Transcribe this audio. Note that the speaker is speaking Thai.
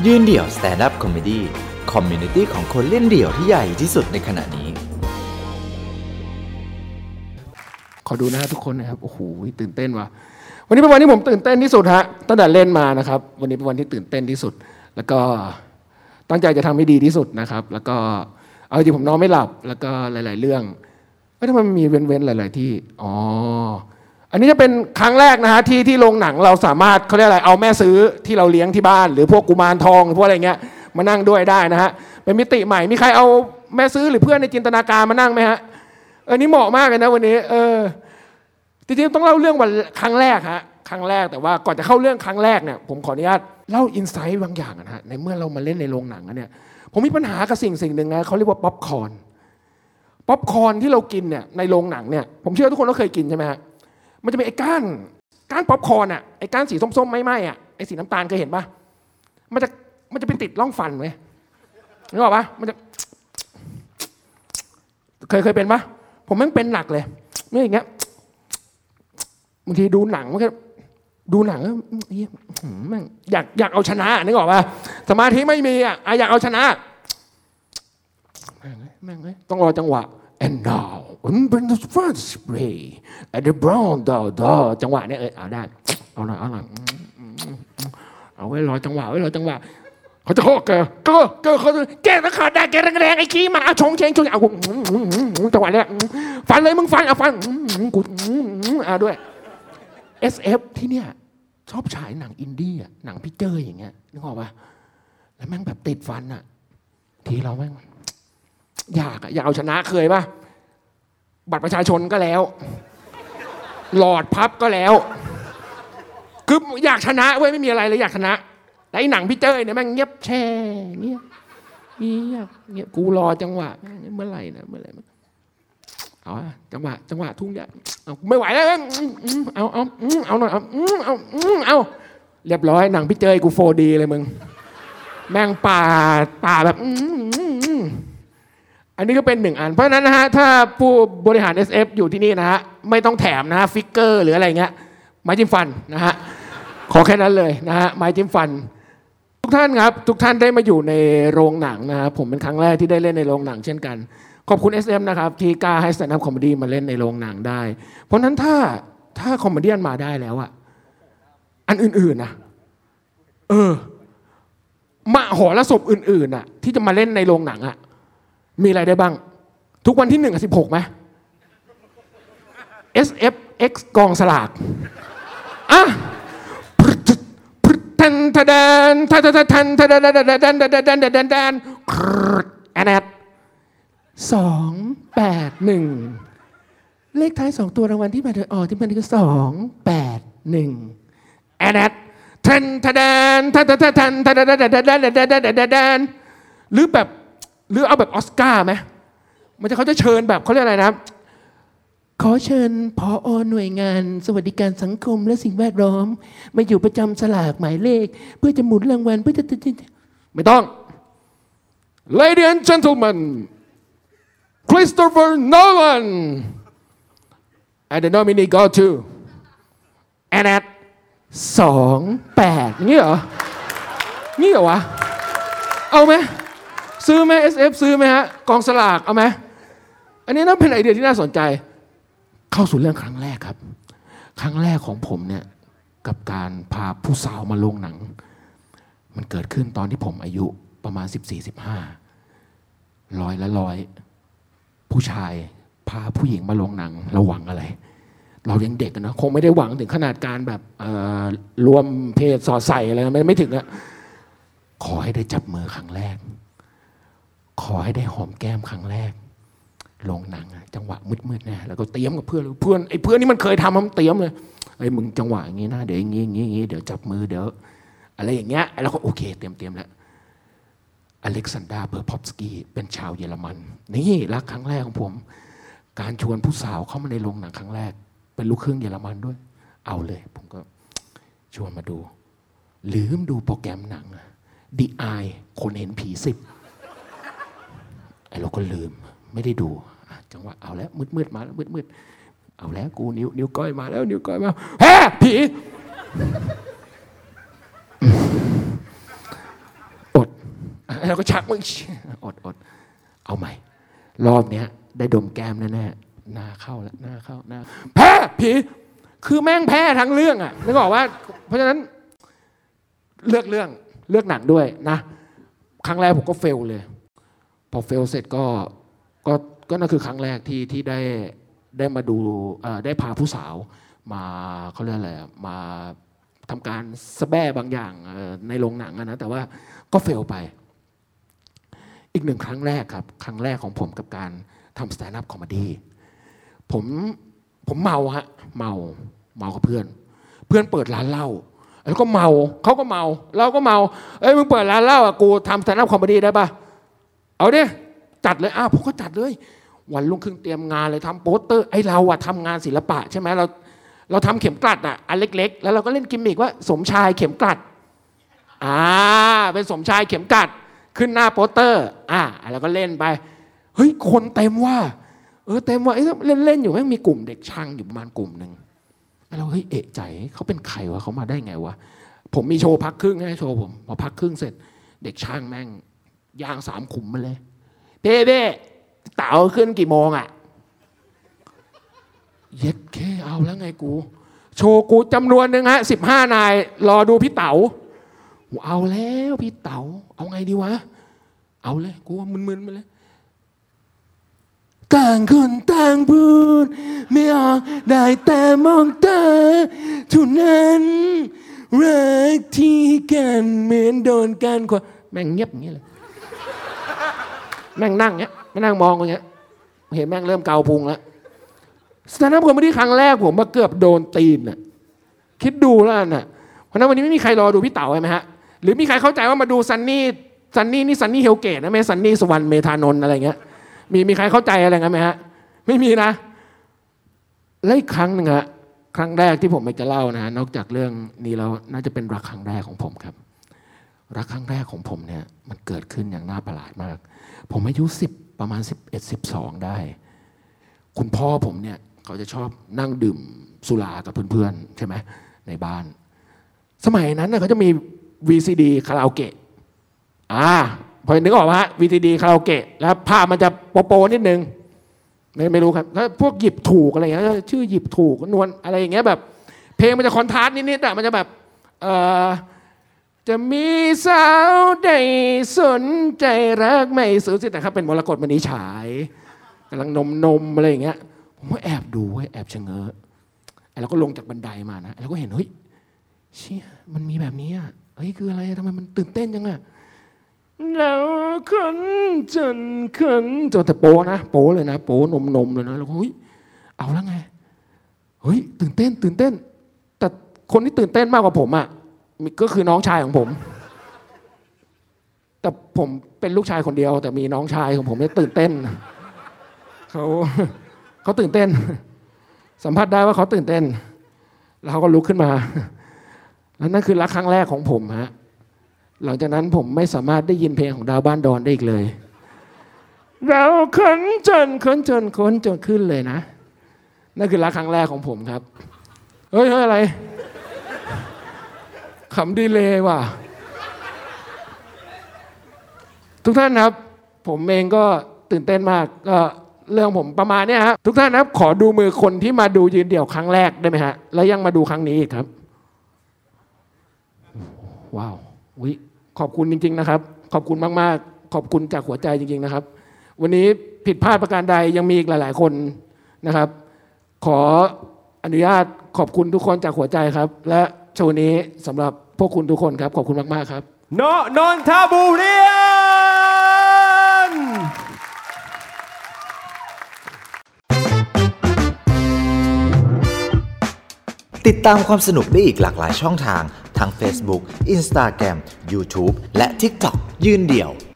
ยืนเดี่ยวสแตนด์อัพคอมเมดี้คอมมูนิตี้ของคนเล่นเดี่ยวที่ใหญ่ที่สุดในขณะนี้ขอดูนะฮะทุกคนนะครับโอ้โหตื่นเต้นว่ะวันนี้เป็นวันที่ผมตื่นเต้นที่สุดฮะตั้งแต่เล่นมานะครับวันนี้เป็นวันที่ตื่นเต้นที่สุดแล้วก็ตั้งใจจะทำให้ดีที่สุดนะครับแล้วก็เอาจริงผมนอนไม่หลับแล้วก็หลายๆเรื่องทำไมมันมีเว้นๆหลายๆที่อันนี้จะเป็นครั้งแรกนะฮะที่โรงหนังเราสามารถเขาเรียกอะไรเอาแม่ซื้อที่เราเลี้ยงที่บ้านหรือพวกกุมารทองพวกอะไรเงี้ยมานั่งด้วยได้นะฮะเป็นมิติใหม่มีใครเอาแม่ซื้อหรือเพื่อนในจินตนาการมานั่งไหมฮะนี่เหมาะมากเลยนะวันนี้จริงๆต้องเล่าเรื่องวันครั้งแรกฮะครั้งแรกแต่ว่าก่อนจะเข้าเรื่องครั้งแรกเนี่ยผมขออนุญาตเล่าอินไซต์บางอย่างนะฮะในเมื่อเรามาเล่นในโรงหนังเนี่ยผมมีปัญหากับสิ่งหนึ่งนะเขาเรียกว่าป๊อปคอร์นที่เรากินเนี่ยในโรงหนังเนี่ยผมเชื่อทุกคนก็เคยกินใช่ไหมฮะมันจะเป็นไอ้ก้านป๊อปคอร์นอ่ะไอ้ก้านสีส้มๆไม่อ่ะไอ้สีน้ำตาลเคยเห็นปะมันจะไปติดร่องฟันไหมนึกออกปะมันจะเคยเป็นปะผมแม่งเป็นหนักเลยเนี่ยอย่างเงี้ยบางทีดูหนังมันก็ดูหนังแม่งอยากเอาชนะนึกออกปะสมาธิไม่มีอ่ะอยากเอาชนะแม่งต้องรอจังหวะ and now bring the first spray at the brown door จังหวะเนี่ยเอาได้เอาหน่อยเอาไว้รอจังหวะเขาจะแกตะขาดได้แกแรงไอ้ขี้มาชงเชงเอาจังหวะเนี่ยฟันเลยมึงฟันเอาฟันกูด้วย SF ที่เนี่ยชอบฉายหนังอินดี้อ่ะหนังพิกเจอร์อย่างเงี้ยนึกออกป่ะแล้วแม่งแบบติดฟันอ่ะทีเราแม่งอยากเอาชนะเคยป่ะบัตรประชาชนก็แล้วหลอดพับก็แล้วคืออยากชนะเว้ยไม่มีอะไรเลยอยากชนะแต่ไอ้หนังพิกเจอร์เนี่ยแม่งเงียบแช่เงียบกูรอจังหวะเมื่อไหร่เอาจังหวะทุ่งใหญ่ไม่ไหวแล้วเอาหน่อยเอาเรียบร้อยหนังพิกเจอร์กู 4D เลยมึงแม่งป่าแบบอันนี้ก็เป็นหนึ่งอันเพราะฉะนั้นนะฮะถ้าผู้บริหาร SF อยู่ที่นี่นะฮะไม่ต้องแถมนะฮะฟิกเกอร์หรืออะไรเงี้ยไม้จิ้มฟันนะฮะขอแค่นั้นเลยนะฮะไม้จิ้มฟันทุกท่านครับทุกท่านได้มาอยู่ในโรงหนังนะครับผมเป็นครั้งแรกที่ได้เล่นในโรงหนังเช่นกันขอบคุณ SM นะครับที่กล้าให้ Stand Up Comedy มาเล่นในโรงหนังได้เพราะนั้นถ้าคอมเมดี้มาได้แล้วอะอันอื่นๆนะมหรสพอื่นๆอะที่จะมาเล่นในโรงหนังอะมีอะไรได้บ้างทุกวันที่1 กับ 16ไหม SFX กองสลากทันแอน281เลขท้าย2ตัวรางวัลที่มาที่มันคือ281แอนทันหรือเอาแบบออสการ์ไหมเขาจะเชิญแบบเขาเรียกอะไรนะขอเชิญผอ.หน่วยงานสวัสดิการสังคมและสิ่งแวดล้อมมาอยู่ประจำสลากหมายเลขเพื่อจะหมุนรางวัลเพื่อจะไม่ต้อง Ladies and gentlemen Christopher Nolan and the nominee go to and at 28นี่เหรอวะเอาไหมซื้อไหม SF ซื้อไหมฮะกองสลากเอาไหมอันนี้น่าเป็นไอเดียที่น่าสนใจเข้าสู่เรื่องครั้งแรกครับครั้งแรกของผมเนี่ยกับการพาผู้สาวมาโรงหนังมันเกิดขึ้นตอนที่ผมอายุประมาณ 14-15ร้อยผู้ชายพาผู้หญิงมาโรงหนังเราหวังอะไรเรายังเด็กนะคงไม่ได้หวังถึงขนาดการแบบรวมเพศสอดใส่อะไรไม่ถึงอะขอให้ได้จับมือครั้งแรกขอให้ได้หอมแก้มครั้งแรกโรงหนังจังหวะมืดๆนะแล้วก็เตรียมกับเพื่อนไอ้เพื่อนนี่มันเคยทำมันเตรียมเลยไอ้มึงจังหวะอย่างงี้นะเดี๋ยวอย่างงี้เดี๋ยวจับมือเดี๋ยวอะไรอย่างเงี้ยแล้วก็โอเคเตรียมแล้วอเล็กซานดรา เบอร์พอฟสกี้เป็นชาวเยอรมันนี่รักครั้งแรกของผมการชวนผู้สาวเข้ามาในโรงหนังครั้งแรกเป็นลูกครึ่งเยอรมันด้วยเอาเลยผมก็ชวนมาดูลืมดูโปรแกรมหนัง The Eye คนเห็นผี10ไอ้เราก็ลืมไม่ได้ดูจังหวะเอาแล้วมืดมาแล้วมืดเอาแล้วกูนิ้วก้อยมาแล้วนิ้วก้อยมาแฮ่ผีแล้วก็ชักมึงอดเอาใหม่รอบเนี้ยได้ดมแก้มแน่ๆหน้าเข้าแล้วหน้าเข้าหน้าแพ้ผีคือแม่งแพ้ทั้งเรื่องอ่ะนึกออกว่าเพราะฉะนั้นเลือกหนังด้วยนะครั้งแรกผมก็เฟลเลยพอเฟลเสร็จก็นั่นคือครั้งแรกที่ได้มาดูได้พาผู้สาวมาเขาเรียกอะไรมาทำการสแบ้บางอย่างในโรงหนังนะแต่ว่าก็เฟลไปอีกหนึ่งครั้งแรกครับครั้งแรกของผมกับการทำสแตนด์อัพคอมเมดี้ผมเมาฮะเมากับเพื่อนเปิดร้านเหล้าแล้วก็เมาเขาก็เมาเราก็เมามึงเปิดร้านเหล้าอ่ะกูทำสแตนด์อัพคอมเมดี้ได้ป่ะเอาดิจัดเลยผมก็จัดเลยวันรุ่งขึ้นเตรียมงานเลยทำโปสเตอร์เราอะทำงานศิลปะใช่ไหมเราทำเข็มกลัดอะอันเล็กๆแล้วเราก็เล่นกิมมิกว่าสมชายเข็มกลัดเป็นสมชายเข็มกลัดขึ้นหน้าโปสเตอร์แล้วก็เล่นไปเฮ้ยคนเต็มว่าเต็มว่าเล่นอยู่แม่งมีกลุ่มเด็กช่างอยู่ประมาณกลุ่มหนึ่งเราเอะใจเขาเป็นใครวะเขามาได้ไงวะผมมีโชว์พักครึ่งให้โชว์ผมพอพักครึ่งเสร็จเด็กช่างแม่งย่าง3 ขุมมาเลยเบ้เต๋าขึ้นกี่โมงอ่ะเย็ดแค่เอาแล้วไงกูโชว์กูจำนวนหนึ่งฮะ15 นายรอดูพี่เต๋าเอาแล้วพี่เต๋าเอาไงดีวะเอาเลยกูว่ามึนๆมาเลยต่างคนต่างพูดไม่ออกได้แต่มองตาเท่านั้นรักที่กันเหมือนโดนกันกว่าแม่งเงียบอย่างนี้เลยแม่งนั่งเงี้ยไม่นั่งมองอย่างเงี้ยเห็นแม่งเริ่มเกาพุงแล้วสแตนด์อัพคอมเมดี้ครั้งแรกผมมาเกือบโดนตีนน่ะคิดดูแล้วน่ะเพราะนั้นวันนี้ไม่มีใครรอดูพี่เต๋าใช่ไหมฮะหรือมีใครเข้าใจว่ามาดูซันนี่นี่ซันนี่เฮลเกตนะไม่ซันนี่สุวรรณเมธานนท์อะไรเงี้ยมีใครเข้าใจอะไรงั้นไหมฮะไม่มีนะและอีกครั้งหนึ่งฮะครั้งแรกที่ผมจะเล่านะนอกจากเรื่องนี้แล้วน่าจะเป็นรักครั้งแรกของผมครับรักครั้งแรกของผมเนี่ยมันเกิดขึ้นอย่างน่าประหลาดมากผมอายุประมาณ11-12ได้คุณพ่อผมเนี่ยเขาจะชอบนั่งดื่มสุรากับเพื่อนๆใช่ไหมในบ้านสมัยนั้นเขาจะมี VCD คาราโอเกะพอนึกออกไหมฮะ VCD คาราโอเกะแล้วภาพมันจะโปนิดนึงไม่รู้ครับแล้วพวกหยิบถูกอะไรอย่างเงี้ยชื่อหยิบถูกนวลอะไรอย่างเงี้ยแบบเพลงมันจะคอนทราสต์นิดๆมันจะแบบจะมีสาวใดสนใจรักไม่สูญสิ้นนะครับเป็นมรกตมณีฉายกำลังนมอะไรอย่างเงี้ยผมก็แอบดูแอบชะเง้อแล้วก็ลงจากบันไดมานะแล้วก็เห็นเฮ้ยเชี่ยมันมีแบบนี้เฮ้ยคืออะไรทำไมมันตื่นเต้นจังแล้วคนจนแต่โปนะโปเลยนะโปนมเลยนะแล้วเฮ้ยเอาแล้วไงเฮ้ยตื่นเต้นแต่คนที่ตื่นเต้นมากกว่าผมก็คือน้องชายของผมแต่ผมเป็นลูกชายคนเดียวแต่มีน้องชายของผมเนี่ยตื่นเต้นเขาตื่นเต้นสัมผัสได้ว่าเขาตื่นเต้นแล้วเขาก็ลุกขึ้นมาแล้วนั่นคือรักครั้งแรกของผมฮะหลังจากนั้นผมไม่สามารถได้ยินเพลงของดาวบ้านดอนได้อีกเลยเราคนจนขึ้นเลยนะนั่นคือรักครั้งแรกของผมครับเฮ้ยอะไรขำดีเลยว่ะทุกท่านครับผมเองก็ตื่นเต้นมากก็เรื่องผมประมาณนี้ครับทุกท่านครับขอดูมือคนที่มาดูยืนเดี่ยวครั้งแรกได้ไหมฮะแล้วยังมาดูครั้งนี้อีกครับว้าวขอบคุณจริงๆนะครับขอบคุณมากๆขอบคุณจากหัวใจจริงๆนะครับวันนี้ผิดพลาดประการใดยังมีอีกหลายๆคนนะครับขออนุญาตขอบคุณทุกคนจากหัวใจครับและโชว์นี้สำหรับพวกคุณทุกคนครับขอบคุณมากๆครับนนทบุรีติดตามความสนุกได้อีกหลากหลายช่องทางทั้ง Facebook, Instagram, YouTube และ TikTok ยืนเดี่ยว